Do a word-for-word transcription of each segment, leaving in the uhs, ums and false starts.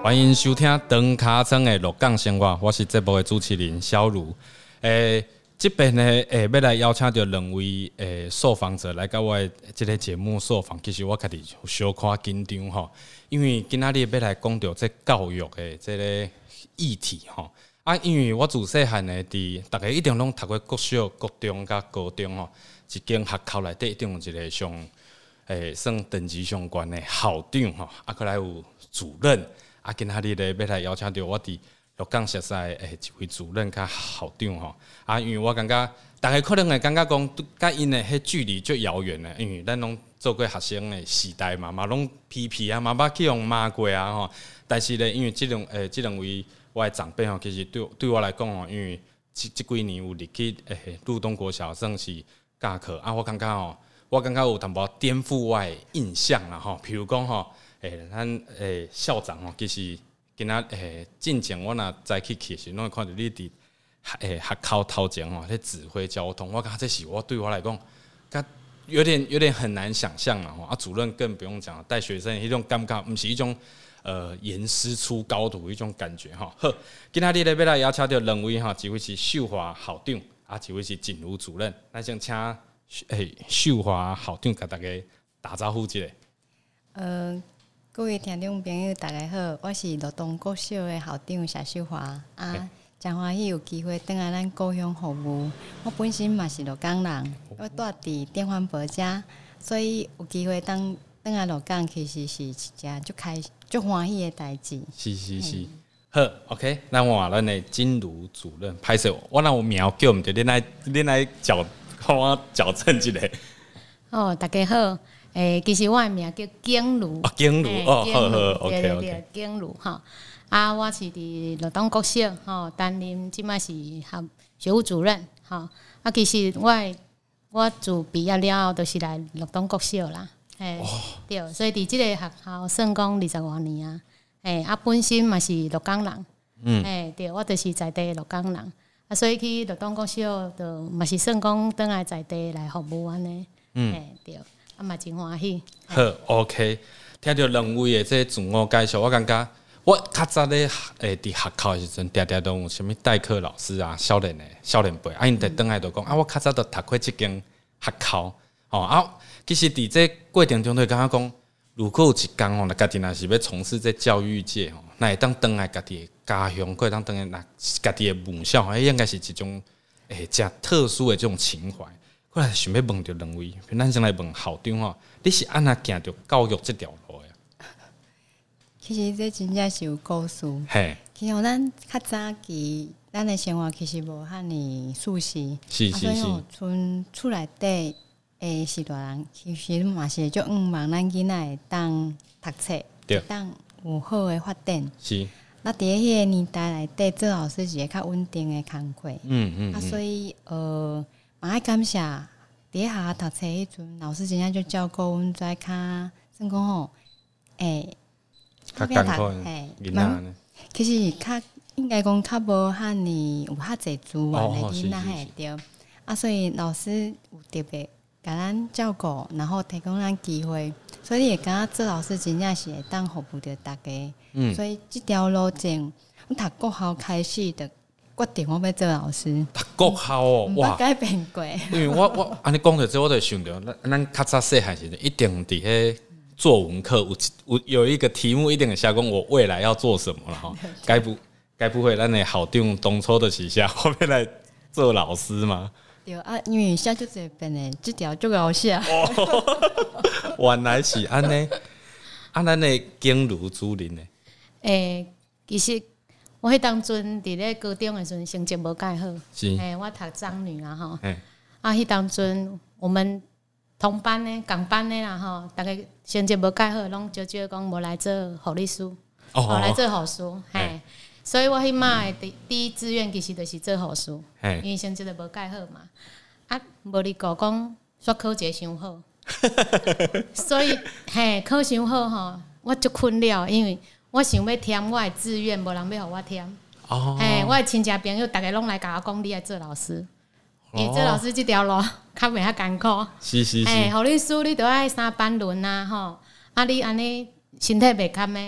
欢迎收听长尻川的鹿港生活，我是节目的主持人小茹。诶，这边呢，诶，要来邀请到两位诶受访者来到我的这个节目受访。其实我家己有小可紧张吼，因为今仔日要来讲到这教育的这个议题吼。啊，因为我自细汉呢，伫大家一定拢读过国小、国中甲高中吼，一间学校内底一定有一个上诶算等级上悬的校长吼，啊，过来有主任。啊，今仔日咧要来邀请到我伫鹿港熟识诶一位主任甲校长吼。啊，因为我感觉大家可能会感觉讲，甲因诶迄距离足遥远诶，因为咱拢做过学生诶时代嘛，嘛拢批评啊，嘛捌去用骂过啊吼。但是咧，因为即两诶即两位我诶长辈吼，其实对对我来讲吼，因为即即几年有入去诶鹿东国小算是教课啊，我感觉吼，我感觉有淡薄颠覆我诶印象啦吼。譬如讲吼。诶，咱诶校长吼，其实今仔诶进前我若早起去时，拢会看到你伫诶学校头前吼，咧指挥交通。我感觉这是我对我来讲，甲有点有点很难想象啦吼。啊，主任更不用讲，带学生迄种感觉，毋是一种呃严师出高徒迄种感觉吼。好，今仔日咧要来邀请到两位吼，一位是秀华校长，啊，一位是景如主任。咱先请诶秀华校长甲大家打招呼一下。 呃。各位听众朋友，大家好，我是鹿东国小的校长谢秀华啊，真欢喜有机会回来咱故乡服务。我本身嘛是鹿港人，我住伫电饭煲遮，所以有机会当回来鹿港，其实是一件足开足欢喜的代志。 是是是，好 ，OK， 那我咱的金如主任，拍摄我那有名叫毋对，恁来恁来矫，帮我矫正一下。 哦，大家好。诶，其实我的名叫景如， 啊，景如哦，好好 ，OK 对 OK， 对，景如哈。啊，我是伫鹿东国小吼担任，即摆是学学务主任吼。啊，其实我我自毕业了后，就是来鹿东国小啦。诶，对，所以伫即个学校算讲二十多年啊。诶，啊，本身嘛是鹿港人，嗯，诶，对，我就是在地鹿港人。啊，所以去鹿东国小，就嘛是算讲倒来在地来服务安尼。嗯，诶，对。啊嘛真欢喜。 好 ，OK， 听到两位的这自我介绍，我感觉我较早咧诶伫学校的时阵，常常都有啥物代课老师啊、少年的少年辈，啊因伫倒来就讲啊，我较早都读过即间学校，吼啊，其实伫这过程中，就感觉讲，如果有一天吼，家己若是要从事这教育界吼，那会当倒来家己的家乡，可会当倒来那家己的母校，迄应该是一种诶真特殊的这种情怀。我来想要问着两位，咱先来问校长吼，你是安怎行着教育这条路的？ 其实这真正是有故事。 嘿， 其实咱较早期，咱的生活其实无遐尼舒适， 是是是。 村厝内底诶，是大人，其实嘛是足希望咱囡仔会当读册，会当有好的发展。 是。 那伫迄个年代内底，做老师是一个较稳定的工课。 嗯嗯。 啊，所以呃。嘛爱感谢，伫咧学校读册迄阵，老师真正就照顾阮遮较，算讲吼，诶， 较艰苦诶囡仔呢。 其实较应该讲较无遐尼有遐济资源诶囡仔会对。啊，所以老师有特别甲咱照顾，然后提供咱机会，所以会感觉做老师真正是会当服务着大家。嗯。所以即条路径，阮读国校开始的。决定我要做老师， 读国校哦， 哇，改变过。 因为我我安尼讲着这，我就想着，咱咱较早细汉时阵，一定伫迄作文课有有有一个题目，一定写讲我未来要做什么了哈。该不该不会咱的校长当初的时下，后面来做老师吗？ 对啊，因为写就这边的这条就好写。 原来是安尼，啊，咱的景如主任呢？ 诶，其实。我迄当阵伫咧高中的时阵，成绩无介好，诶，我读长女啦吼。啊，迄当阵我们同班呢、共班的啦吼，大家成绩无介好，拢少少讲无来做护理师，哦，来做护士，嘿。所以我迄摆的第第一志愿其实就是做护士，因为成绩都无介好嘛。啊，无你讲讲煞考一个伤好，所以嘿考伤好吼，我足困扰，因为。我想要填我的志愿，无人要互我填。哦，嘿，我的亲戚朋友，大家拢来甲我讲，你来做老师，因为做老师这条路较袂遐艰苦。 是是是。 哎，护理师你都爱三班轮啊，吼，啊，你安尼身体袂堪的，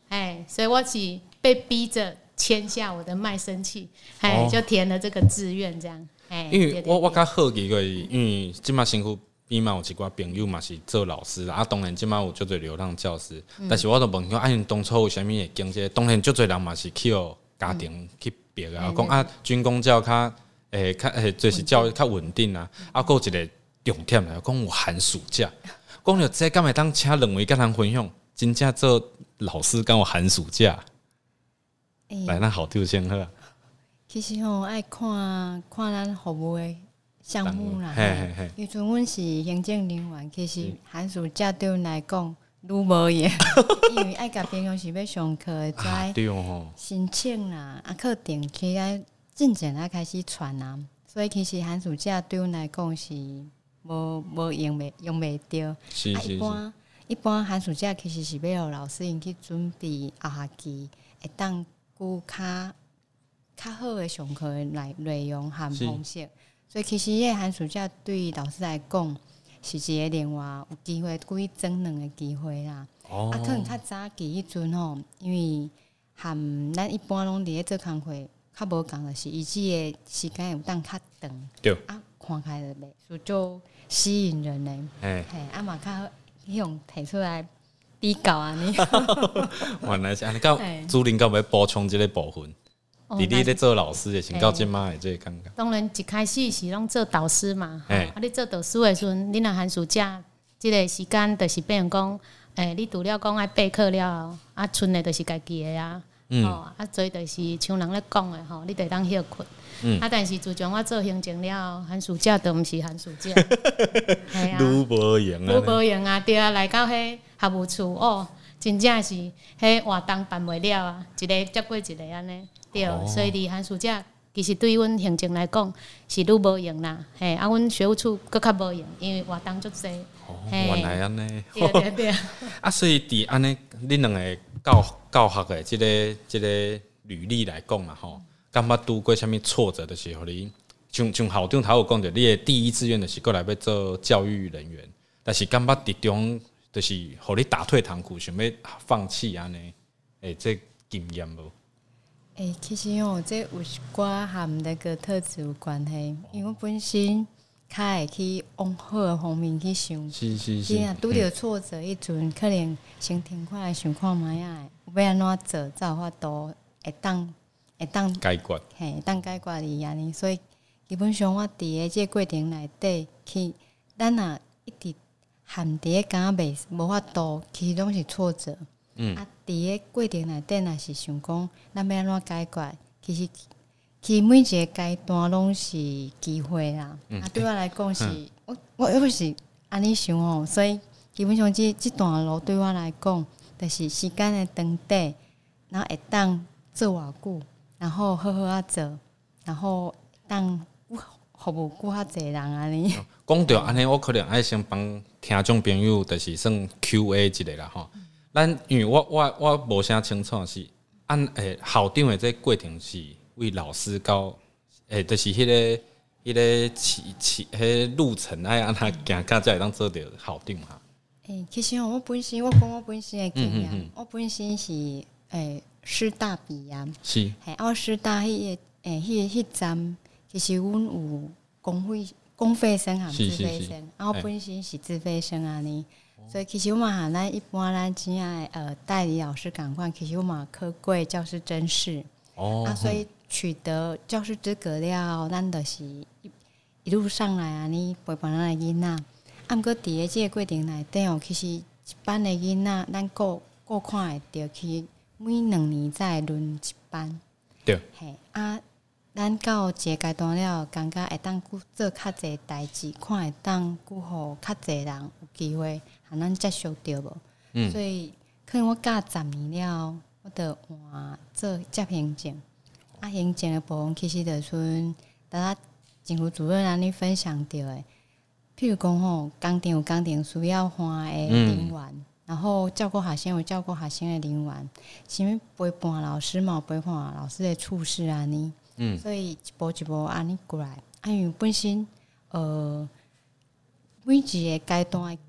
哎，所以我是被逼着签下我的卖身契，哎、哦，就填了这个志愿这样。哎， 因为我我较好奇个，因为即马身躯边嘛有一寡朋友嘛是做老师啊，当然即马有足侪流浪教师，嗯、但是我都问讲，啊，因当初有啥物会经济？当然足侪人嘛是去互家庭去逼啊，讲、嗯、啊军公教较诶较诶就是教育较稳定啊，啊，还有一个重点来讲有寒暑假，讲着这敢会当请两位甲人分享，真正做老师敢有寒暑假？欸、来，那好，就先好。 其实吼、喔，爱看看咱服务的项目啦。因为阵阮是行政人员，其实寒暑假对阮来讲愈无用，因为爱甲平常时要上课的在申请啦，啊课程起来进前啊开始传啊，所以其实寒暑假对阮来讲是无无用袂用袂着。 是是是。啊、 一般一般寒暑假其实是要互老师因去准备后学期会当顾较。较好的上课的内内容和方式，所以其实迄个寒暑假对老师来讲是一个另外有机会故意增能的机会啦。哦、啊，可能较早期迄阵吼，因为和咱一般拢伫咧做工课较无共，就是伊即个时间有当较长， 对啊， 看起来袂就就吸引人嘞。嘿，啊嘛较迄种提出来比较安尼。 原来是安尼，到主任敢要补充即个部分？弟弟在做老师的，先到今嘛，这个感觉。 当然一开始是拢做导师嘛，啊，你做导师的时阵，你若寒暑假这个时间，就是变成讲，诶，你除了讲爱备课了，啊，剩的就是家己的啊，嗯、哦，啊，所以就是像人咧讲的吼，你得当休困。嗯、啊，但是自从我做行政了，寒暑假都毋是寒暑假， 系啊，愈无用啊， 愈无用啊，对啊，来到迄学务处哦，真正是迄活动办袂了啊，一个接过一个安尼。对，哦、所以伫寒暑假其实对阮行政来讲是愈无用啦，嘿，啊，阮学务处搁较无用，因为活动足济。 哦，原来安尼。 对对对。 啊，所以伫安尼，恁两个教教学的即、这个即、这个履历来讲嘛，吼，感觉拄过啥物挫折的时候，你像像校长头有讲着，你的第一志愿就是过来要做教育人员，但是感觉伫中就是互你打退堂鼓，想要放弃安尼，诶，这经验无？ 诶、欸，其实哦，这有一寡和那个特质有关系，因为我本身较会去往好的方面去想， 是是是。 啊，拄着挫折迄阵，可能先停看来想看卖啊，要安怎做才有法度会当会当解决， 嘿，当解决伊安尼。所以基本上我伫个这个过程内底去，咱若一直含伫个感觉袂无法度，其实拢是挫折。嗯、啊！伫个过程内底，若是想讲，咱要安怎解决？其实，其实每一个阶段拢是机会啦。嗯、啊，对我来讲是，嗯、我我我是安尼想哦，所以基本上即即段路对我来讲，就是时间的长短，然后会当做偌久，然后好好啊做，然后当服务顾较侪人安尼。 讲到安尼，我可能爱先帮听众朋友，就是算 Q A 一个啦吼。咱因为我我我无啥清楚是按诶校长的这过程是为老师到诶，就是迄、那个迄、那个起起迄路程爱安怎行，才会当做到校长哈。 诶、欸，其实我本身我讲我本身的经验，嗯嗯嗯我本身是诶师大毕业， 是嘿，我师大迄个诶迄迄站，其实阮有公费公费生和自费生，啊，我本身是自费生安尼。所以其实我嘛和咱一般咱只爱呃代理老师共款，其实我嘛考过教师甄试，哦，啊，所以取得教师资格了，咱就是一一路上来啊，你陪伴咱的囡仔。啊，毋过伫个即个过程内底哦，其实一班的囡仔，咱顾顾看会着，其实每两年才会轮一班， 对， 嘿啊。咱到一个阶段了，感觉会当做较侪代志，看会当顾互较侪人有机会和咱接触到无？嗯，所以可能我教十年了，我着换做接行政。啊，行政的部分其实就像大家政府主任安尼分享到的，譬如讲吼，工程有工程需要换的人员，嗯、然后照顾学生有照顾学生的人员，什么陪伴老师嘛，陪伴老师的处事安尼。嗯，所以一步一步安尼过来，啊，因为本身呃每一个阶段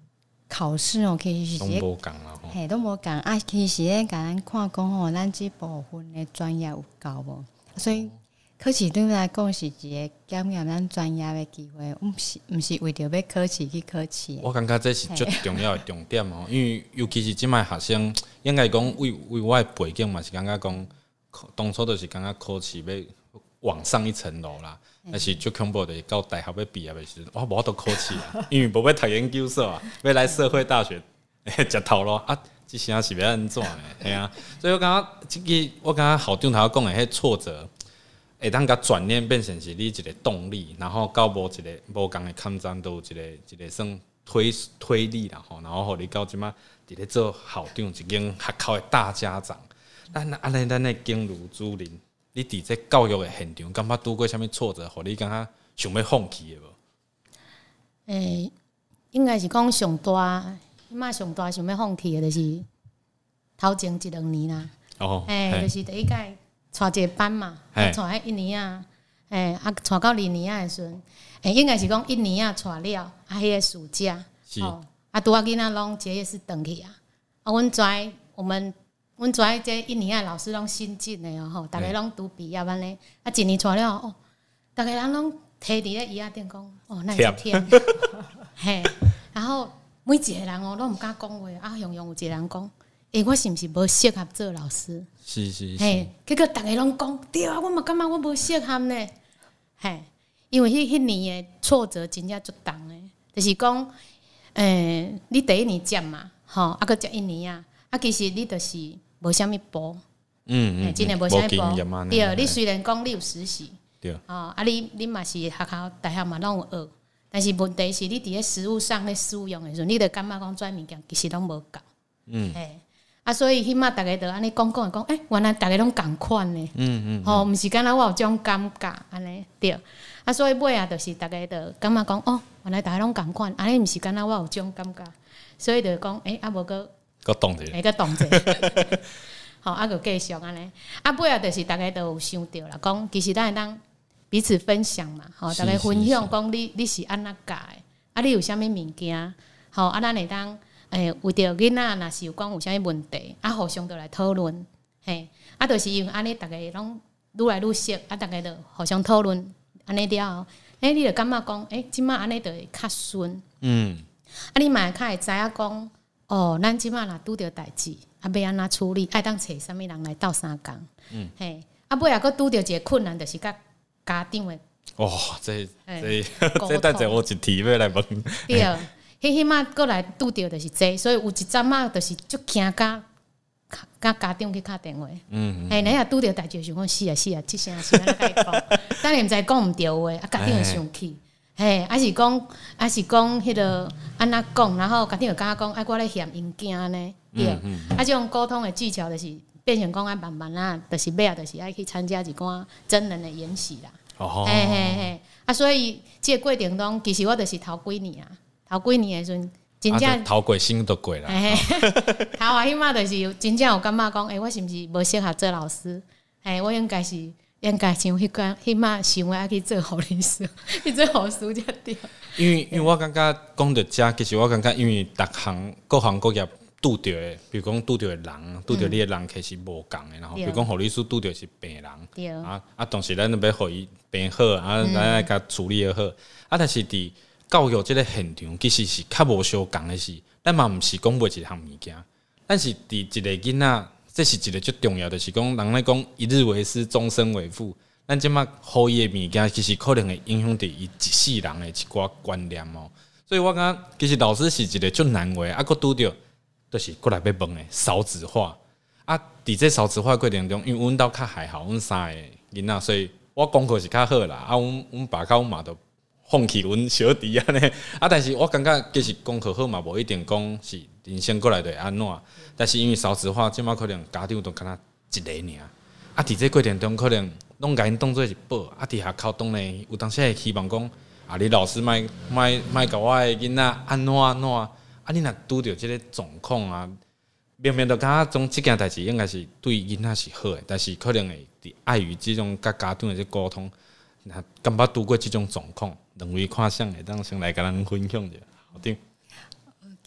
考试哦，其实是拢无共啦， 嘿都无共啊。其实咧，甲咱看讲吼，咱即部分的专业有够无，所以考试对咱来讲是一个检验咱专业的机会，毋是毋是为着要考试去考试。 我感觉这是最重要的重点哦，因为尤其是即摆学生，应该讲为为我的背景嘛，是感觉讲当初就是感觉考试要往上一层楼啦。但是最恐怖的，到大学要毕业的时候，我无法度考试啊，因为无要读研究所啊，要来社会大学食头路啊，这声是要安怎的？系啊，所以我感觉这个，我感觉校长头讲的迄挫折，会当甲转念变成是你一个动力，然后到无一个无共的抗战，都有一个一个算推推力啦吼，然后互你到即马伫咧做校长，一间学校的大家长，咱安尼咱的敬如主任。你伫这教育的现场，感觉拄过啥物挫折，互你感觉想要放弃的无？ 诶、欸，应该是讲上大，即马上大想要放弃的，就是头前一两年啦。哦，诶、欸，就是第一届带一个班嘛，带迄一年啊，诶、欸，啊，带到二年啊的时阵，诶、欸，应该是讲一年啊带了，啊，迄个暑假，哦，啊，拄啊囡仔拢结业是转去啊，啊，阮知我们。阮遮这一年啊，老师拢新进的哦，吼，大家拢拄毕业安尼，啊，一年出了哦，大家人拢摕伫咧椅仔顶讲，哦，那是天，嘿，然后每一个人哦，拢毋敢讲话，啊，雄雄有一个人讲，诶、欸，我是毋是无适合做老师？ 是是是， 嘿，结果大家拢讲，对啊，我嘛感觉我无适合呢，嘿，因为迄迄年的挫折真正足重的，就是讲，诶、欸，你第一年接嘛，吼，啊，佮接一年啊，啊，其实你就是。无啥物补，嗯嗯，真诶无啥物补。对，你虽然讲你有实习，对，哦，啊你你嘛是学校大学嘛拢有学，但是问题是你伫咧实务上咧使用诶时阵，你著感觉讲遮物件其实拢无够，嗯，嘿，啊所以起码大家著安尼讲讲诶讲，诶，原来大家拢共款咧，嗯嗯，吼，毋是敢若我有种感觉安尼，对，啊所以尾啊，著是大家著感觉讲，哦，原来大家拢共款，安尼毋是敢若我有种感觉，所以著讲，诶，啊无个。 个动者， 个动者，好，啊，个继续安尼，啊，尾啊，就是大家都有想到啦，讲其实咱会当彼此分享嘛，吼，大家分享讲你你是安怎教的，啊，你有啥物物件，吼，啊，咱会当诶，为着囡仔若是有讲有啥物问题，啊，互相都来讨论，嘿，啊，就是因为安尼，大家拢愈来愈熟，啊，大家都互相讨论，安尼了后，诶，你就感觉讲，诶，即摆安尼就会较顺，嗯，啊，你嘛较会知影讲。哦，咱即马若拄着代志，啊，要安怎处理？爱当找啥物人来斗相共？嗯，嘿，啊，尾啊，佫拄着一个困难，就是甲家长的。 哦，这这这，等者我一题要来问。 对，迄起码佫来拄着就是这，所以有一阵啊，就是足惊甲甲家长去敲电话。嗯，嘿，你若拄着代志，想讲是啊是啊，即声是安怎甲伊讲？等下毋知讲毋对话，啊，家长会生气。嘿，还是讲，还是讲，迄个安怎讲，然后家长就感觉讲，哎，我咧嫌因囝呢，对，啊，这种沟通的技巧就是变成讲，爱慢慢啊，就是尾啊，就是爱去参加一寡真人的演习啦。哦，嘿嘿嘿，啊，所以这个过程中，其实我就是头几年啊，头几年的时阵，真正头过心都过啦。 头啊，起码就是真正有感觉讲，哎，我是毋是无适合做老师？哎，我应该是。应该像迄个迄马想要去做护理师，去做护士才对。 因为因为我感觉讲到遮，其实我感觉因为逐行各行各业拄着的，比如讲拄着的人，拄着你的人其实无共的，然后比如讲护理师拄着是病人，啊啊，同时咱要互伊病好，啊，咱来甲处理得好，啊，但是伫教育即个现场，其实是较无相共的是，咱嘛毋是讲买一项物件，但是伫一个囡仔。这是一个最重要的，就是讲人咧讲一日为师，终身为父。咱即马好伊的物件，其实可能会影响到伊一世人的一寡观念哦。所以我感觉，其实老师是一个最难为，啊，佫拄着，就是过来要问的少子化。啊，伫这少子化过程中，因为阮兜较还好，阮三个囡仔，所以我功课是较好啦。啊，阮阮爸甲阮妈都放弃阮小弟安尼。啊，但是我感觉其实功课好嘛，无一定讲是人生过来就会安怎。但是因为少子化，即马可能家长都敢若一个尔，啊，伫这过程中可能拢甲因当做是宝，啊，伫下口当呢，有当时会希望讲，啊，你老师莫莫莫甲我的囡仔安怎安怎，啊，你若拄着即个状况啊，明明就感觉种即件代志应该是对囡仔是好的，但是可能会伫碍于即种甲家长的这沟通，若感觉拄过即种状况，两位看相会当先来甲咱分享者，好点。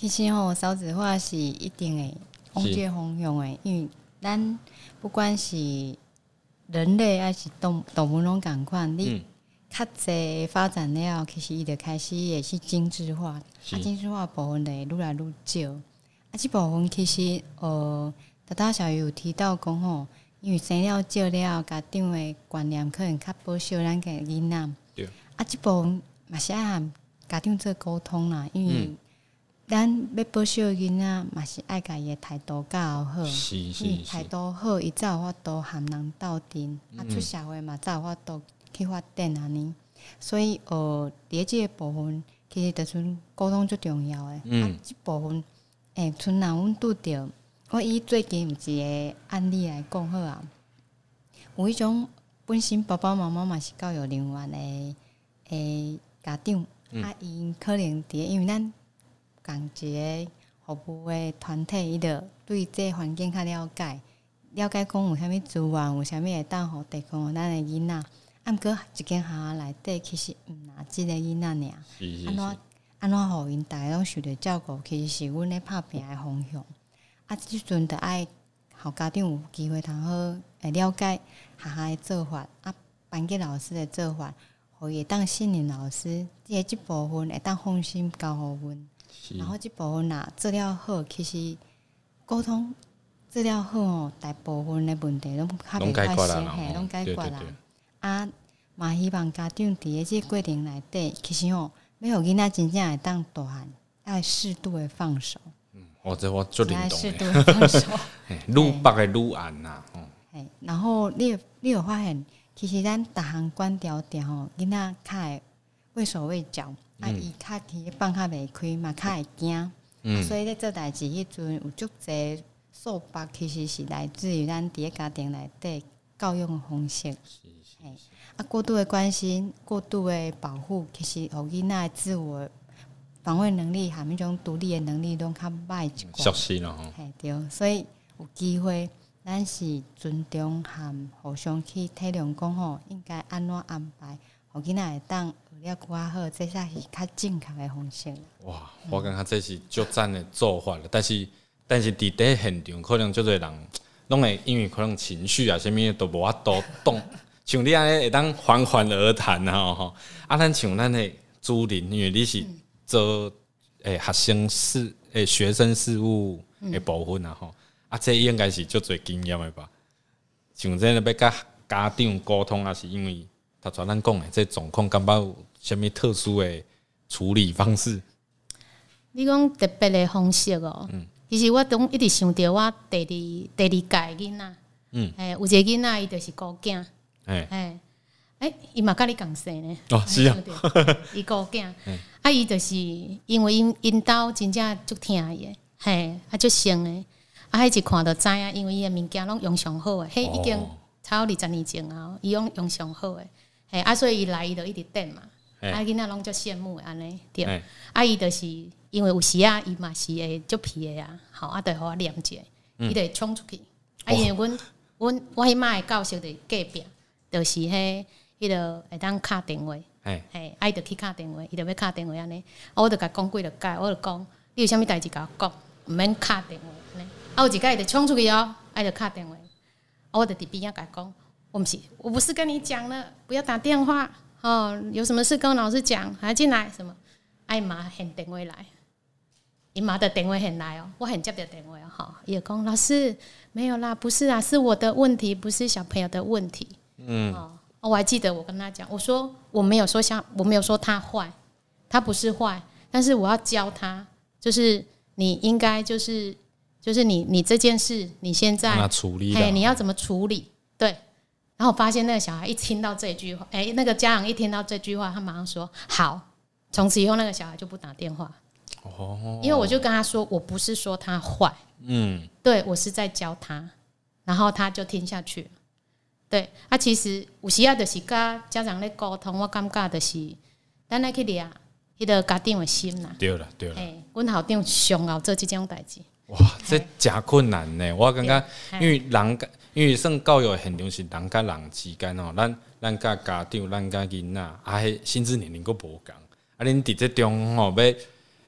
其实吼，少子化是一定的往这个方向的，因为咱不管是人类还是动动物拢共款，你较济发展了，其实伊就开始也是精致化，啊，精致化部分会愈来愈少。啊，这部分其实呃，大大小有提到讲吼，因为生了少了，家长的观念可能较保守咱个囡仔。对。啊，这部分嘛是爱和家长做沟通啦，因为、嗯。咱要保守囡仔，嘛是爱家己的态度较好。是是是。态度好，伊才有法度和人斗阵，啊，出社会嘛才有法度去发展安尼。所以呃，伫即个部分，其实就是沟通最重要的。嗯。啊，即部分，诶、欸，像若阮拄着，我以最近一个案例来讲好啊。有迄种本身爸爸妈妈嘛是教育人员的诶家长，嗯、啊，伊可能伫因为咱。共一个服务的团体，伊着对这环境较了解，了解讲有啥物资源，有啥物会当互提供互咱的囡仔。啊，毋过一间学校内底其实毋若即个囡仔尔，安怎安怎互因大家拢受到照顾，其实是阮咧拍拼的方向。啊，即阵着爱互家长有机会通好会了解学校的做法，啊，班级老师的做法，互伊会当信任老师，即个即部分会当放心交互阮。然后这部分呐做了好，其实沟通做了好哦，大部分的问题拢较袂发生，嘿，拢解决啦。啊，嘛希望家长伫个即个过程内底，其实哦，要互囡仔真正会当大汉，要适度的放手。 嗯，我这我做认同适度的放手， 愈北的愈暗呐。 嘿，然后你你有发现，其实咱逐项管条条吼，囡仔较会畏手畏脚。啊，伊较去放较袂开嘛，较会惊、嗯啊，所以咧做代志迄阵有足侪束缚，其实是来自于咱伫个家庭内底教育的方式。是是是啊，过度的关心、过度的保护，其实互囡仔自我防卫能力和迄种独立的能力拢较歹一寡。 熟悉了吼。 嘿，对，所以有机会，咱是尊重和互相去体谅，讲吼应该安怎安排，互囡仔会当。了较好，这才是较正确的方式。 哇，我感觉这是足赞的做法了。但是，但是伫底现场，可能足侪人拢会因为可能情绪啊，啥物都无法度动。像你安尼会当缓缓而谈啊，吼。啊，咱像咱的主任，因为你是做诶学生事诶学生事务的部分啊，吼。啊，这应该是足侪经验的吧？像这要甲家长沟通啊，是因为头先咱讲的这状况，感觉有什么特殊的处理方式？ 你讲特别的方式哦、喔嗯，其实我拢一直想到我第二第二届囡仔，嗯，诶，有一个囡仔伊就是孤囝，诶，诶，诶，伊嘛甲你共生呢， 哦，是啊， 伊孤囝，啊，伊就是因为因因兜真正足疼伊的，嘿，啊，足生的，啊，迄一看就知影，因为伊的物件拢用上好的，迄、哦、已經超二十年前啊，伊用用上好的，嘿，啊，所以伊來伊就一直等嘛。啊，囡仔拢足羡慕安尼，对。啊，伊就是因为有时啊，伊嘛是会足皮的啊，好啊，就互我念者，伊就会冲出去。啊，因为阮阮我迄摆的教室伫隔壁，就是迄迄个会当敲电话，嘿，啊，伊就去敲电话，伊就要敲电话安尼。啊，我就甲讲几落解，我就讲你有啥物代志甲我讲，毋免敲电话安尼。啊，有一摆伊就冲出去哦，啊，就敲电话。啊，我就伫边仔甲讲，我不是，我不是跟你讲了，不要打电话。哦，有什么事跟老师讲，还进来什么？艾妈很电话来，姨妈的电话很来哦，我很接的电话哦，哈，也讲老师没有啦，不是啊，是我的问题，不是小朋友的问题。嗯，哦，我还记得我跟他讲，我说我没有说像我没有说他坏，他不是坏，但是我要教他，就是你应该就是就是你你这件事你现在处理， 哎，你要怎么处理？对。然后我发现那个小孩一听到这句话，哎、欸，那个家长一听到这句话，他马上说好。从此以后，那个小孩就不打电话。哦，因为我就跟他说，我不是说他坏，嗯，对我是在教他，然后他就听下去了。对，啊，其实有时啊，就是跟家长咧沟通，我感觉就是咱来去掠迄个家长的心啦。 对啦，对啦。 哎，阮校长上熬做这种代志。 哇，这真困难呢！我感觉，因为人。因为算教育现场是人甲人之间吼，咱咱甲家长、咱甲囡仔，啊，迄心智年龄佫无共，啊，恁伫这中吼要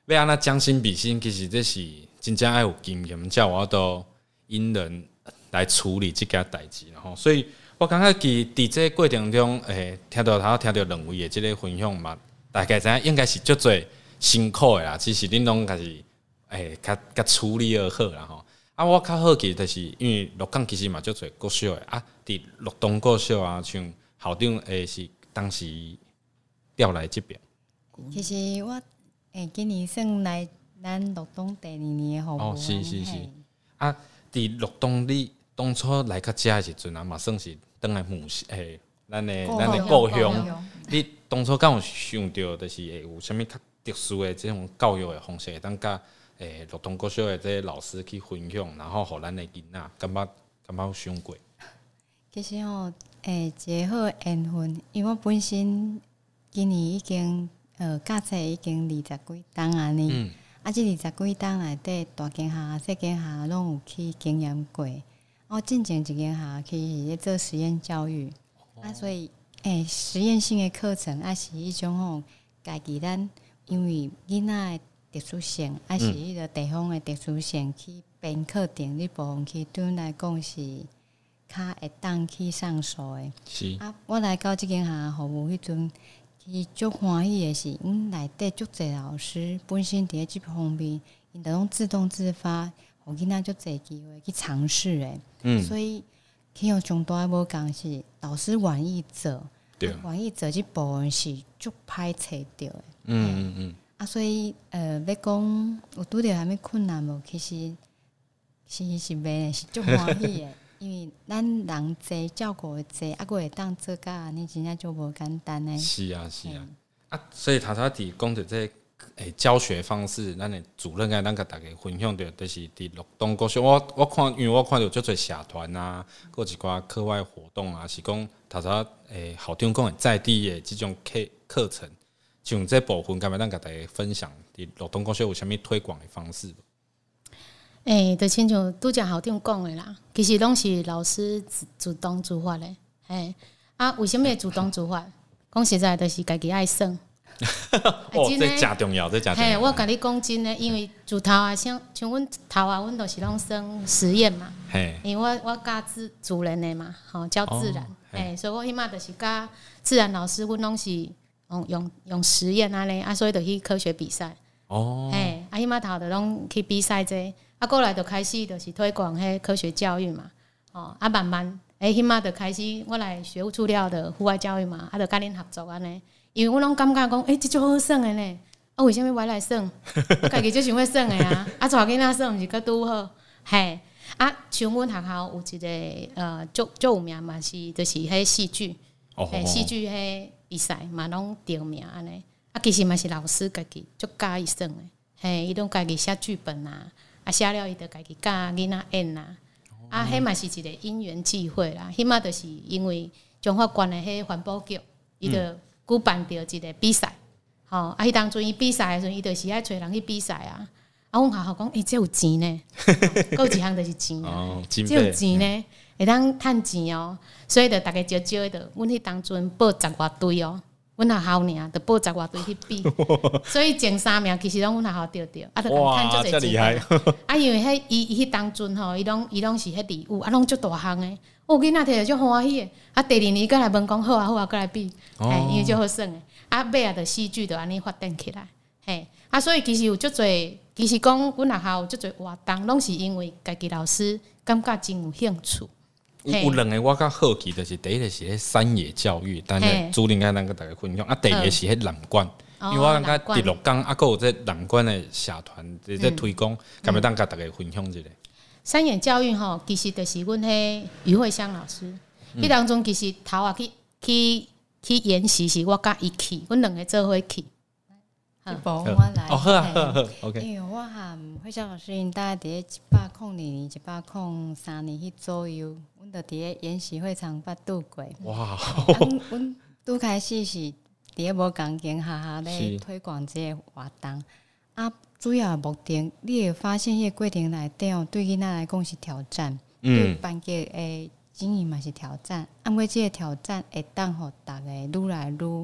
要安那将心比心，其实这是真正爱有经验，才有法度因人来处理这件代志，吼。所以我感觉伫伫这过程中，诶，听到头听到两位的这个分享嘛，大概知影应该是足侪辛苦的啦。其实恁拢家是诶，较较处理而好啦吼。啊，我较好奇就是因为鹿港其实嘛足侪国小的啊，伫鹿东国小啊，像校长诶是当时调来这边。 其实我诶今年算来咱鹿东第二年的服务。 哦，是是是。啊，伫鹿东你当初来较遮的时阵啊，嘛算是倒来母诶，咱的咱的故乡。你当初敢有想到，就是会有啥物较特殊的这种教育的方式，会当甲诶鹿东国小的这些老师去分享，然后互咱的囡仔感觉感觉有想过？ 其实吼，诶，一个好的缘分，因为我本身今年已经呃教册已经二十几档安尼。嗯啊，即二十几档内底，大间下、细间下拢有去经验过。我进前一间下去是做实验教育，哦、啊，所以诶、欸，实验性的课程啊是迄种吼，家己咱因为囡仔的特殊性，啊是迄个地方的特殊性去编课程这部分，去对阮来讲是较会当去上手的。 是啊，我来到即间下服务迄阵。其实足欢喜的是，阮内底足侪老师本身伫咧即方面，因着拢自动自发，互囡仔足侪机会去尝试诶。嗯，所以其实上大无共是老师愿意做，对，愿意做即部分是足歹找着诶。嗯嗯嗯。啊，所以呃，要讲有拄着啥物困难无？其实是是袂是足欢喜诶。因为咱人济，照顾的济，啊，佫会当做甲安尼，真正就无简单诶。 是啊，是啊，啊，所以头头伫讲着这诶教学方式，咱的主任该咱甲大家分享着，就是伫鹿东国小，我我看，因为我看到足侪社团啊，佫一寡课外活动啊，是讲头头诶校长讲诶在地诶即种课课程，像这部分，敢若咱甲大家分享伫鹿东国小有啥物推广的方式？ 诶、欸，就亲像拄则校长讲的啦，其实拢是老师自主动自发的。嘿，啊，为什么会主动自发？讲实在，就是家己爱耍。 哦，这真重要，这真重要。 嘿，我甲你讲真诶，因为自头啊，像像阮头啊，阮都是拢耍实验嘛。嘿，因为我我教自自然的嘛，吼，教自然。诶、哦，所以我起码就是教自然老师，阮拢是用用用实验安尼，啊，所以就去科学比赛。哦。嘿，啊，起码头就拢去比赛这。啊，过来就开始就是推广迄科学教育嘛，哦，啊慢慢，诶，起码就开始我来学务处了的户外教育嘛，啊，就甲恁合作安尼，因为我拢感觉讲，诶、欸，这足好耍的呢，啊，为什么我来耍？我家己就想要耍的啊，啊，带囡仔耍，毋是佫拄好，嘿，啊，像阮学校有一个呃，足足有名嘛，是就是迄戏剧，嘿，戏剧迄比赛嘛，拢得名安尼，啊，其实嘛是老师家己足教伊耍的，嘿，伊拢家己写剧本啊。啊，写了伊就家己教囡仔演啦，啊，迄嘛是一个因缘际会啦，迄嘛就是因为中华县的迄环保局，伊就举办着一个比赛，吼、嗯，啊，迄当阵伊比赛的时阵，伊就是爱找人去比赛啊，啊，阮学校讲，诶、欸，这有钱呢，佫有一项就是钱啊，这有钱呢，会当趁钱哦，所以就逐个招招的，阮迄当阵报十外队哦。阮学校尔，就报十外队去比，所以前三名其实拢阮学校得着，啊，就趁足侪钱。啊，因为迄伊伊迄当阵吼，伊拢伊拢是迄礼物，啊，拢足大项诶。哦，囡仔摕着足欢喜诶。啊，第二年过来问讲好啊好啊，过来比，嘿、哦，因为足好耍诶。啊，尾啊，着戏剧着安尼发展起来，嘿。啊，所以其实有足侪，其实讲阮学校有足侪活动，拢是因为家己老师感觉真有兴趣。 有有两个我较好奇，就是第一个是迄山野教育，但是主任该咱个大家分享。啊，第二个是迄蓝管，因为我感觉伫鹿港啊，佫有这蓝管的社团在在推广，敢要当甲大家分享一下。 山野教育吼，其实就是阮迄余慧香老师，迄当中其实头啊去去去研习是我甲伊去，阮两个做伙去。 一部我来， 哦好啊好啊 ，OK。 因为我和慧香老师因大概伫咧一百零二年、一百零三年迄左右，阮就伫咧研习会场捌拄过。哇！阮阮拄开始是伫咧无共间下下咧推广这个活动，啊，主要目的你会发现迄个过程内底哦，对囡仔来讲是挑战，嗯、对班级诶经营嘛是挑战，啊，过即个挑战会当互大家愈来愈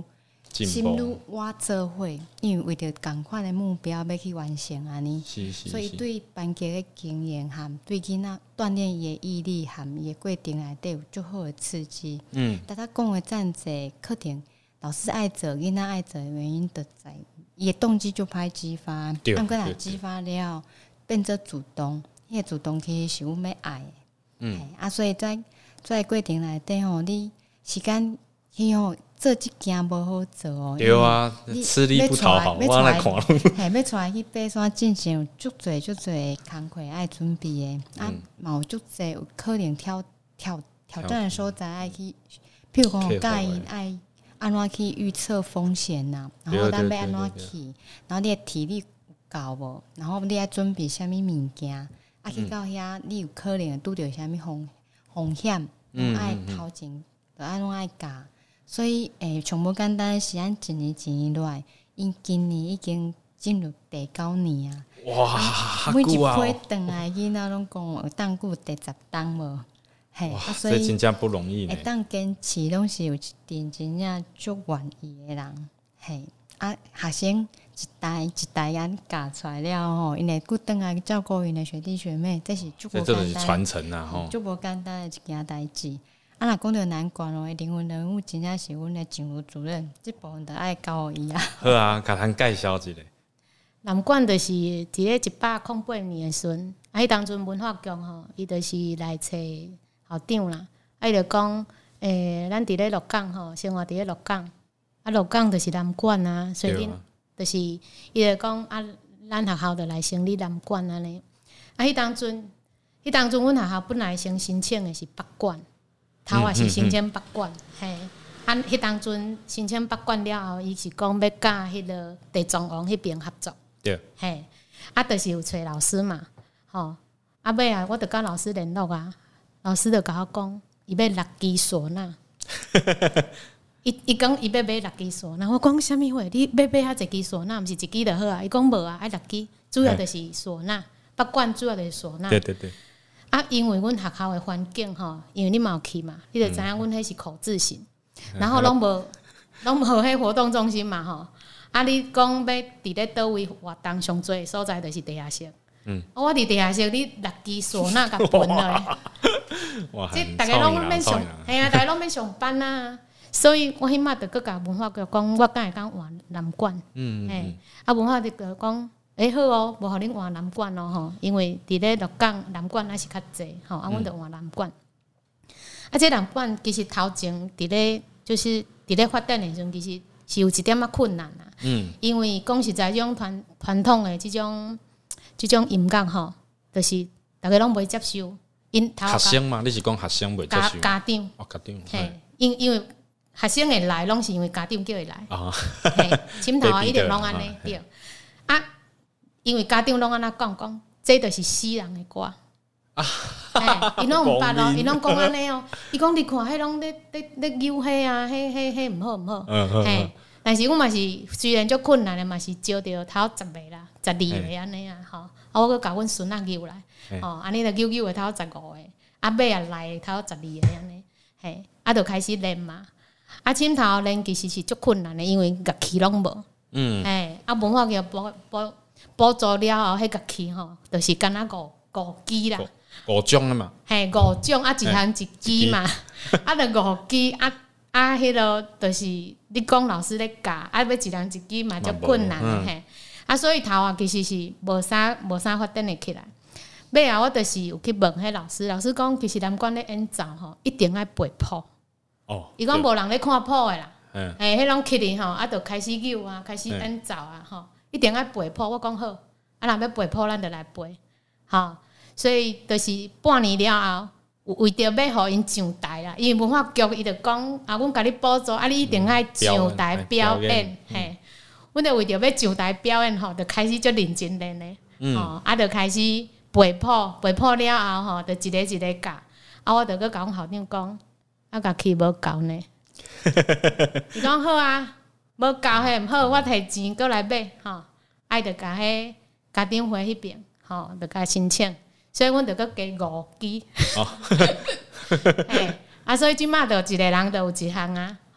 心愈挖做伙，因为为着同款的目标要去完成安尼，所以对班级的经验和对囡仔锻炼伊的毅力和伊的过程内底有足好的刺激。嗯，大家讲的赞济课程，老师爱做，囡仔爱做的原因就在伊的动机就歹激发，啊，过来激发了变做主动，迄个主动其实是阮要爱的。嗯，啊，所以在在过程内底吼，你时间去吼。做即件无好做哦， 对啊，吃力不讨好，我来看。 嘿，要出来去爬山进行有足侪足侪工课爱准备的，嗯、啊，嘛有足侪有可能挑挑挑战的所在爱去，譬如讲教因爱安怎去预测风险呐、啊，然后咱要安怎去，然后你的体力有够无，然后你爱准备啥物物件，啊去到遐你有可能拄着啥物风风险，嗯，爱头前就安怎爱教。所以，诶，上无简单是按一年一年来，因今年已经进入第九年啊！ 哇， 每一批转来囡仔拢讲有当过第十档无？嘿，啊，所以真正不容易呢。 会当坚持，拢是有一定真正足愿意的人。嘿，啊，学生一代一代安教出来了吼，因会顾转来照顾因的学弟学妹，这是足无简单。 这是传承啊，吼， 足无简单的一件代志。啊，若讲到难关哦，灵魂人物真正是阮的警务主任，这部分就爱交伊啊。 好啊，甲咱介绍一下。 南管就是伫咧一百零八年的时阵，啊，迄当阵文化局吼，伊就是来找校长啦。啊，伊就讲，诶、欸，咱伫咧鹿港吼，生活伫咧鹿港，啊，鹿港就是南管啊，所以恁就是伊就讲啊，咱学校就来成立南管安尼。啊，迄当阵，迄当阵阮学校本来先申请的是北管。头也是申请北管，嘿，啊，迄当阵申请北管了后，伊是讲要甲迄个地藏王迄边合作， 对， 嘿，啊，就是有找老师嘛，吼，啊尾啊，我著甲老师联络啊，老师著甲我讲，伊要六支唢呐，伊伊讲伊要买六支唢呐，我讲啥物话？你要买遐一支唢呐，毋是一支就好啊？伊讲无啊，爱六支，主要就是唢呐，北管主要就是唢呐， 对对对。 啊，因为阮学校的环境吼，因为你嘛有去嘛，你就知影阮迄是口字形，嗯、然后拢无拢无迄活动中心嘛吼。啊，你讲要伫咧倒位活动上侪所在，就是地下室。嗯，我伫地下室，你六支唢呐甲分了。 哇， 即大家拢免上，系啊，大家拢免上班啊。所以我迄马就搁甲文化局讲，我敢会讲换南管。嗯嗯。啊，文化局就讲。诶、欸，好哦，无互恁换南管哦吼，因为伫咧鹿港南管还是较济吼，啊，阮着换南管。啊，这南管其实头前伫咧就是伫咧发展的时阵，其实是有一点仔困难啦。嗯，因为讲实在，这种传传统的这种这种音乐吼，就是大家拢袂接受。因学生嘛，你是讲学生袂接受？ 家长哦，家长。 嘿，因因为学生会来，拢是因为家长叫伊来。啊，嘿，枕头啊，一定拢安尼对啊。因为家长拢安那讲讲，这就是死人的歌。啊，伊拢毋捌咯，伊拢讲安尼哦。伊讲你看，迄拢咧咧咧扭迄啊，迄迄迄毋好毋好。嗯嗯。但是阮嘛是虽然足困难的，嘛是招着头十个啦，十二个安尼啊，吼。啊，我搁甲阮孙仔扭来，吼，安尼就扭扭的头十五个，啊尾啊来头十二个安尼，嘿，啊就开始练嘛。啊，枕头练其实是足困难的，因为乐器拢无。嗯。嘿，啊文化局补补。补助了后，迄乐器吼，就是敢若五五支啦， 五种啊嘛， 嘿，五种啊，一项一支嘛，啊，就五支啊啊，迄个就是你讲老师咧教，啊，要一项一支嘛，足困难的嘿，啊，所以头啊其实是无啥无啥发展会起来。尾啊，我就是有去问迄老师，老师讲其实南管咧演奏吼，一定爱背谱。哦，伊讲无人咧看谱的啦，嘿，迄拢起哩吼，啊，就开始扭啊，开始演奏啊，吼。一定要背谱，我讲好，啊，若要背谱，咱就来背，吼。所以就是半年了后，为着要互因上台啦，因为文化局伊就讲，啊，阮甲你补助，啊，你一定爱上台表演，嘿。阮就为着要上台表演吼，就开始足认真练咧，吼，啊，就开始背谱，背谱了后吼，就一个一个教，啊，我就搁甲阮校长讲，啊，甲去无够呢，伊讲好啊。无教迄毋好，我摕钱过来买吼，爱着甲迄家长会迄边吼，着甲申请，所以阮着搁加五支。嘿，啊，所以即马着一个人着有一项啊，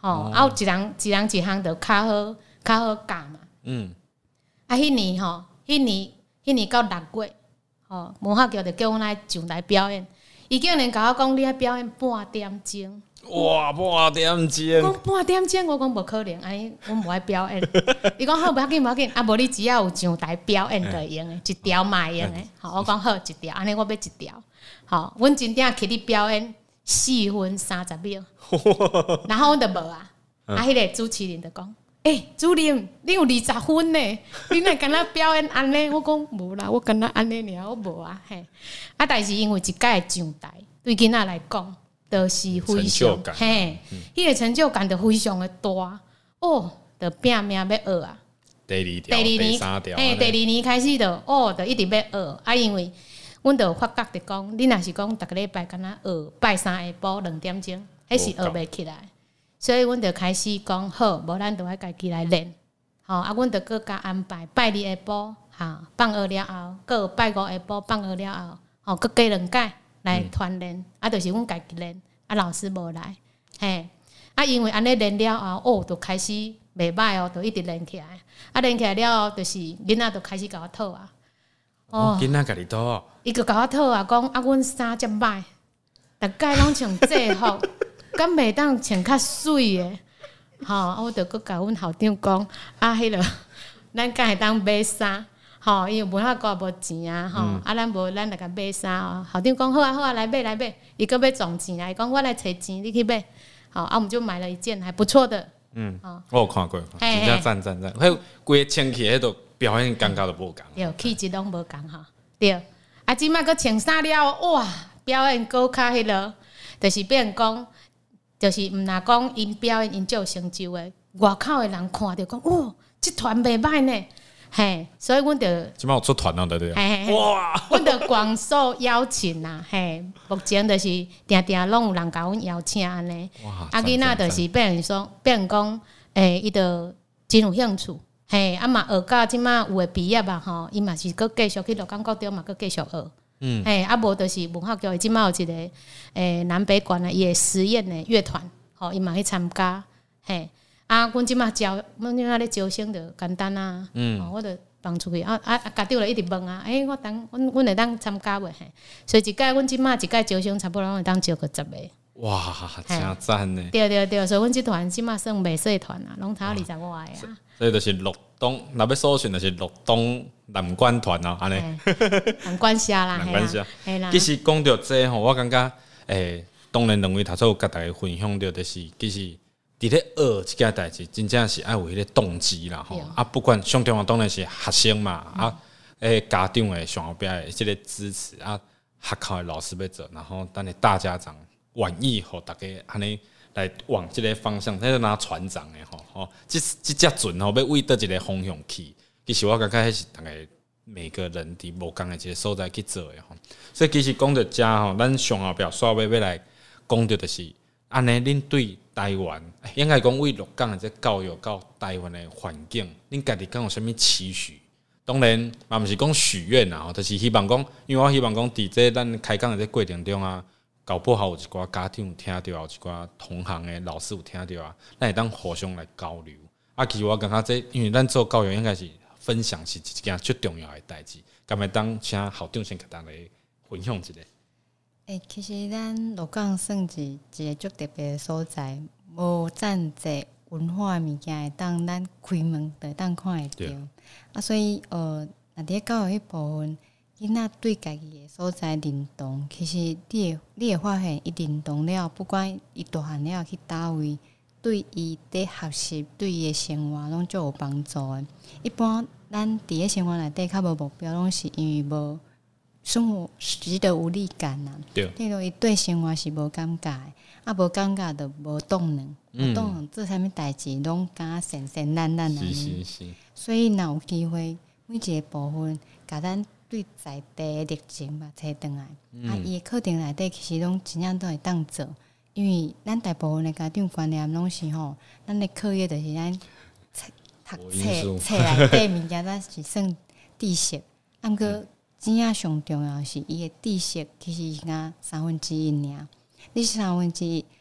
吼，啊有一人一人一项就较好较好教嘛。嗯，啊，迄年吼，迄年迄年到六月，吼，文化局就叫阮来上台表演。伊竟然甲我讲，你爱表演半点钟。 哇，半点钟！ 讲半点钟，我讲无可能，安尼我无爱表演。伊讲好，无要紧，无要紧，啊，无你只要有上台表演就用诶，一条嘛用诶。好，我讲好一条，安尼我要一条。好，阮真正去你表演四分三十秒，然后阮就无啊。啊，迄个主持人就讲。诶、欸，主任，你有二十分呢？你哪敢若表演安尼？我讲无啦，我敢若安尼尔，我无啊嘿。啊，但是因为一届上台，对囡仔来讲，就是非常嘿，迄、嗯、个成就感就非常的大哦，就拼命要学啊。 第二条、第三条， 嘿，第二年开始就哦，就一直要学啊，因为阮就发觉着讲，你若是讲逐个礼拜敢若学拜三下晡两点钟，迄是学袂起来。所以，阮就开始讲好，无咱就爱家己来练。吼，啊，阮就搁加安排拜二下晡，哈，放学了后，搁有拜五下晡放学了后，吼，搁加两届来团练。嗯、啊，就是阮家己练，啊，老师无来，嘿，啊，因为安尼练了后，哦，就开始袂歹哦，就一直练起来。啊，练起来了后，就是囡仔就开始甲我讨啊。 哦，囡仔甲你讨？ 伊就甲我讨啊，讲啊，阮衫遮歹，逐届拢穿制服。敢袂当穿较水诶，吼，我着搁甲阮校长讲，啊，迄落咱敢会当买衫，吼，因为文化局无钱啊，吼、嗯，啊，咱无咱来甲买衫哦。校长讲好啊好啊，来买来买，伊搁要赚钱啊，伊讲我来找钱，你去买，好，啊，我们就买了一件还不错的， 嗯，我有看过，真正赞赞赞，迄规穿起迄度表演感觉都无共， 对，气质拢无共吼，对，啊，即摆搁穿衫了，哇，表演搁较迄落，就是变讲。就是毋若讲因表演因就有成就诶，外口诶人看着讲，哦，即团袂歹呢，嘿，所以阮着即摆有出团了，对对？ 哇！阮着广受邀请啦，嘿，目前就是定定拢有人甲阮邀請安尼，啊囡仔就是变成说，变成讲，诶，伊着真有兴趣，嘿，啊嘛学到即摆有诶毕业啊吼，伊嘛是搁继续去鹿港高中嘛，搁继续学。嗯，嘿，啊无就是文化局即摆有一个诶南北管啊，伊诶实验诶乐团，吼，伊嘛去参加，嘿，啊，阮即摆招，阮即摆咧招生就简单啊，嗯，哦、我就放出去，啊啊啊，家长就一直问啊，诶、欸，我当阮阮会当参加袂嘿，所以一届阮即摆一届招生差不多拢会当招个十个。 哇，真赞呢！ 对对对，所以阮即团即摆算袂细团啊，拢头二十外个啊。 所以就是鹿东，若要搜寻就是鹿东南管团啊，安尼。 南管社啦， 南管社。 系啦。 其实讲到这吼，我感觉诶，当然两位头先有甲大家分享到，就是其实伫咧学即件代志，真正是爱有迄个动机啦吼。啊，不管上重要当然是学生嘛，嗯、啊，诶家长诶上后壁诶即个支持啊，学校诶老师要做，然后等下大家长愿意互大家安尼。来往这个方向，迄个拿船长诶吼吼，即即只船吼要为倒一个方向去。其实我感觉迄是大概每个人伫无共诶一个所在去做诶吼。所以其实讲到遮吼，咱上后壁煞尾要来讲到就是安尼，恁对台湾应该讲为鹿港诶这教育到台湾诶环境，恁家己敢有啥物期许？当然嘛，毋是讲许愿啊，就是希望讲，因为我希望讲伫这咱开讲诶这过程中啊。搞不好有一寡家长有听到，有一寡同行的老师有听到啊，咱会当互相来交流。啊，其实我感觉这，因为咱做教育应该是分享是一件最重要的代志，敢会当请校长先甲咱来分享一下。 诶、欸，其实咱鹿港算是一个足特别的所在，无真济文化物件会当咱开门就当看会到。啊，所以呃，若伫教育迄部分。囡仔对家己的所在认同，其实你会你会发现，伊认同了，不管伊大汉了去倒位，对伊伫学习、对伊的生活拢足有帮助的。一般咱伫咧生活内底较无目标，拢是因为无生活觉得无力感呐。对，例如伊对生活是无感觉的，啊无感觉就无动能，无动能做啥物代志拢敢闲闲懒懒安尼。所以若有机会，每一个部分，甲咱。对在地的热情吧，找转来。嗯、啊，伊的课程内底其实拢真正都会当做，因为咱大部分的家长观念拢是吼，咱的课业就是咱读册册内底物件，咱是算知识。啊，毋过真正上重要是伊的知识，其实是敢三分之一尔。你三分之一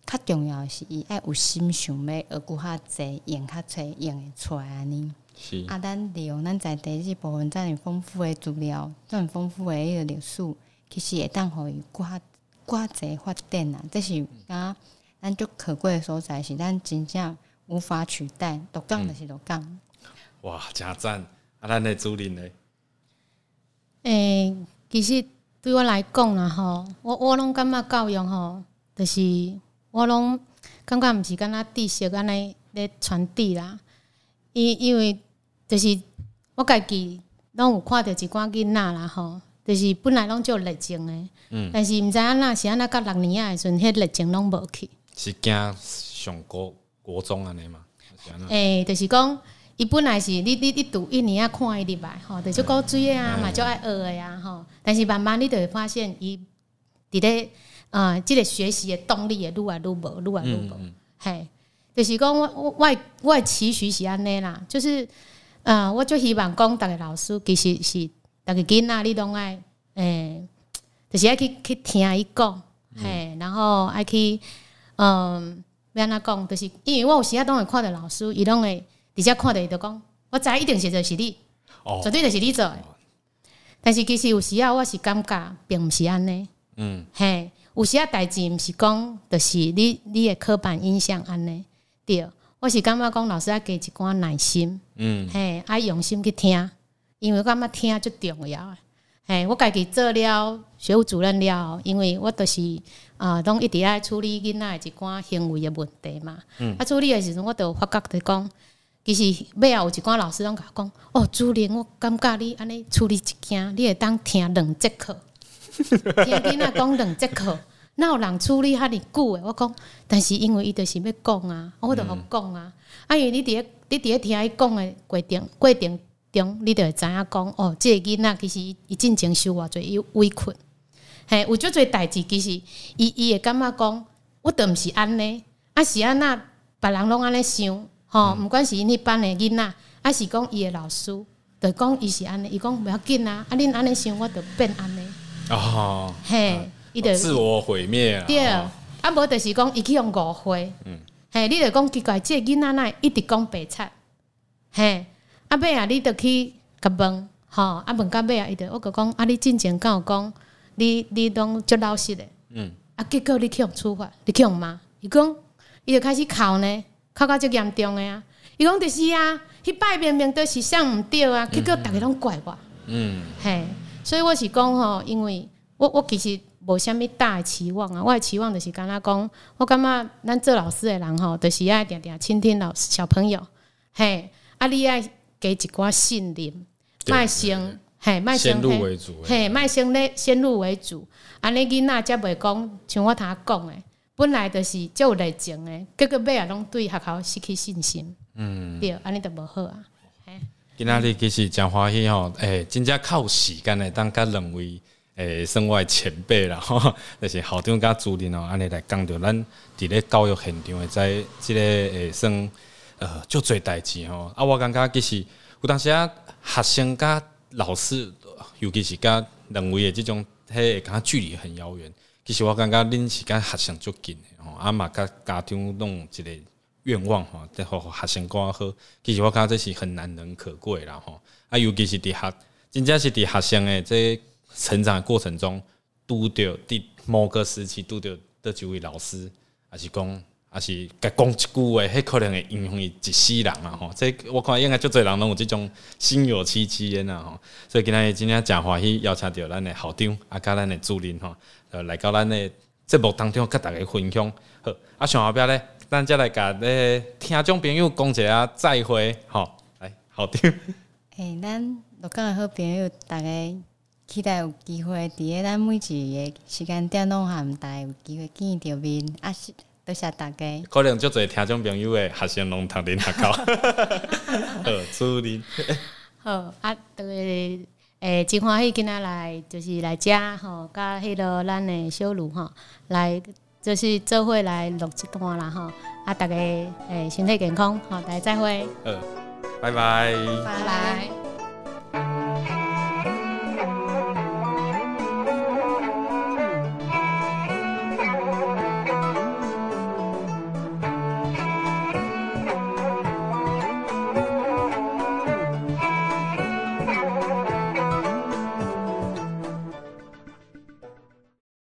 较重要的是伊爱有心想要学久较济，用较济用会出来安尼。是啊，咱利用咱在地即部分，遮尔丰富的资料，遮尔丰富的迄个历史，其实会当互伊搁较搁较济发展啊。这是敢咱足可贵的所在，是咱真正无法取代。独讲就是独讲、嗯。 哇，真赞！啊，咱的主任呢？ 诶、欸，其实对我来讲啦吼，我我拢感觉教育吼，就是我拢感觉毋是敢若知识安尼咧传递啦。因因为就是我家己拢有看到一寡囡仔啦吼，就是本来拢就有热情的，嗯，但是毋知影哪是安那到六年仔的时阵，迄热情拢无去。 是惊上国国中安尼嘛？ 诶、欸，就是讲。伊本来是你你你读一年啊，看伊入来吼，就是古水啊，嘛足爱学的呀吼。但是慢慢你就会发现，伊伫咧呃，即、这个学习的动力会愈来愈无，愈来愈无。嘿、嗯，就是讲我我我我的期许是安尼啦，就是呃，我就希望讲，逐个老师其实是逐个囡仔，你拢爱诶，就是爱去去聽伊讲，嘿、嗯，然後愛去嗯，要安怎講，就是因為我有時啊，攏會看到老師，伊攏會。直接看到伊就講，我知一定是就是你，哦、絕對就是你做的。但是其實有時啊，我是感覺並毋是安尼。嗯，嘿，有時啊代志毋是講，就是你你的刻板印象安尼。對，我是感覺講老師要加一寡耐心。嗯，嘿，愛用心去聽，因為我感覺聽最重要。嘿，我家己做了學務主任了，因為我就是啊，攏、呃、一直愛處理囡仔的一寡行為的問題嘛。嗯，啊處理的時陣，我就發覺就講。其實尾後有一寡老師攏甲我講，哦，主任，我感覺你安尼處理一件，你會當聽兩節課，聽囡仔講兩節課，哪有人處理遐尼久的？我講，但是因為伊就是要講啊，我就互講啊。啊，因為你佇你佇咧聽伊講的過程過程中，你就會知影講，哦，即、這個囡仔其實伊進前受偌濟委屈，嘿，有足濟代誌，其實伊伊會感覺講，我都毋是安尼，啊是安那別人攏安尼想。吼，毋管是因迄班的囡仔，还是講伊的老師，就講伊是安尼，伊講袂要緊啊，啊恁安尼想，我就變安尼。哦，嘿，伊就自我毀滅啊。 對，啊無就是講伊去用誤會，嗯，嘿，你就講奇怪，即個囡仔哪一直講白賊，嘿，啊尾啊，你就去甲問，吼，啊問到尾啊，伊就我個講，啊你進前敢有講，你你攏足老實的，嗯，啊結果你去用處罰，你去用罵，伊講，伊就開始哭呢。考到足嚴重的啊！伊講就是啊，迄擺明明都是想毋對啊，結果大家攏怪我。嗯，嘿，所以我是講吼，因為我我其實無啥物大的期望啊，我的期望就是敢若講，我感覺咱做老師的人吼，就是愛定定傾聽老師小朋友，嘿，啊你愛給一寡信任，賣先，嘿，賣先入為主， 嘿，賣先咧先入為主，安尼囡仔才袂講像我頭講的。本來就是足有熱情的，結果尾啊攏對學校失去信心。嗯，對，安尼就無好啊。 今仔日其實真歡喜吼，誒，真正較有時間的，當甲兩位誒，算我的前輩啦，吼，就是校長甲主任哦，安尼來講到咱佇咧教育現場的在即個誒，算呃，足儕代誌吼。啊，我感覺其實有當時啊，學生甲老師，尤其是甲兩位的這種，迄會感覺距離很遙遠。其實我感覺恁是甲學生足近的吼，啊嘛甲家長攏一個願望吼，得互學生更好。其實我感覺這是很難能可貴啦吼。啊，尤其是佇學，真正是佇學生的這成長的過程中，拄到佇某個時期拄到倒一位老師，還是講，還是甲講一句話，迄可能會影響伊一世人啊吼。這我看應該足儕人攏有這種心有戚戚焉啊吼。所以今日真正真歡喜邀請到咱的校長，啊，甲咱的主任吼。呃，來到咱的節目當中，甲大家分享。好，啊，上後壁咧，咱再來甲咧聽眾朋友講一下再會。吼、哦，來，校長。誒、 欸，咱鹿港的好朋友，大家期待有機會佇咧咱每一個時間點攏含大家有機會見到面。啊，是，多謝大家。 可能足儕聽眾朋友的學生攏讀恁學校。好，主任。 好，啊，對。誒，真歡喜今仔來，就是來遮吼，甲迄個咱的小盧吼，來就是做伙來錄一段啦吼，啊，大家誒身體健康，吼，大家再會。 呃，拜拜。 拜拜。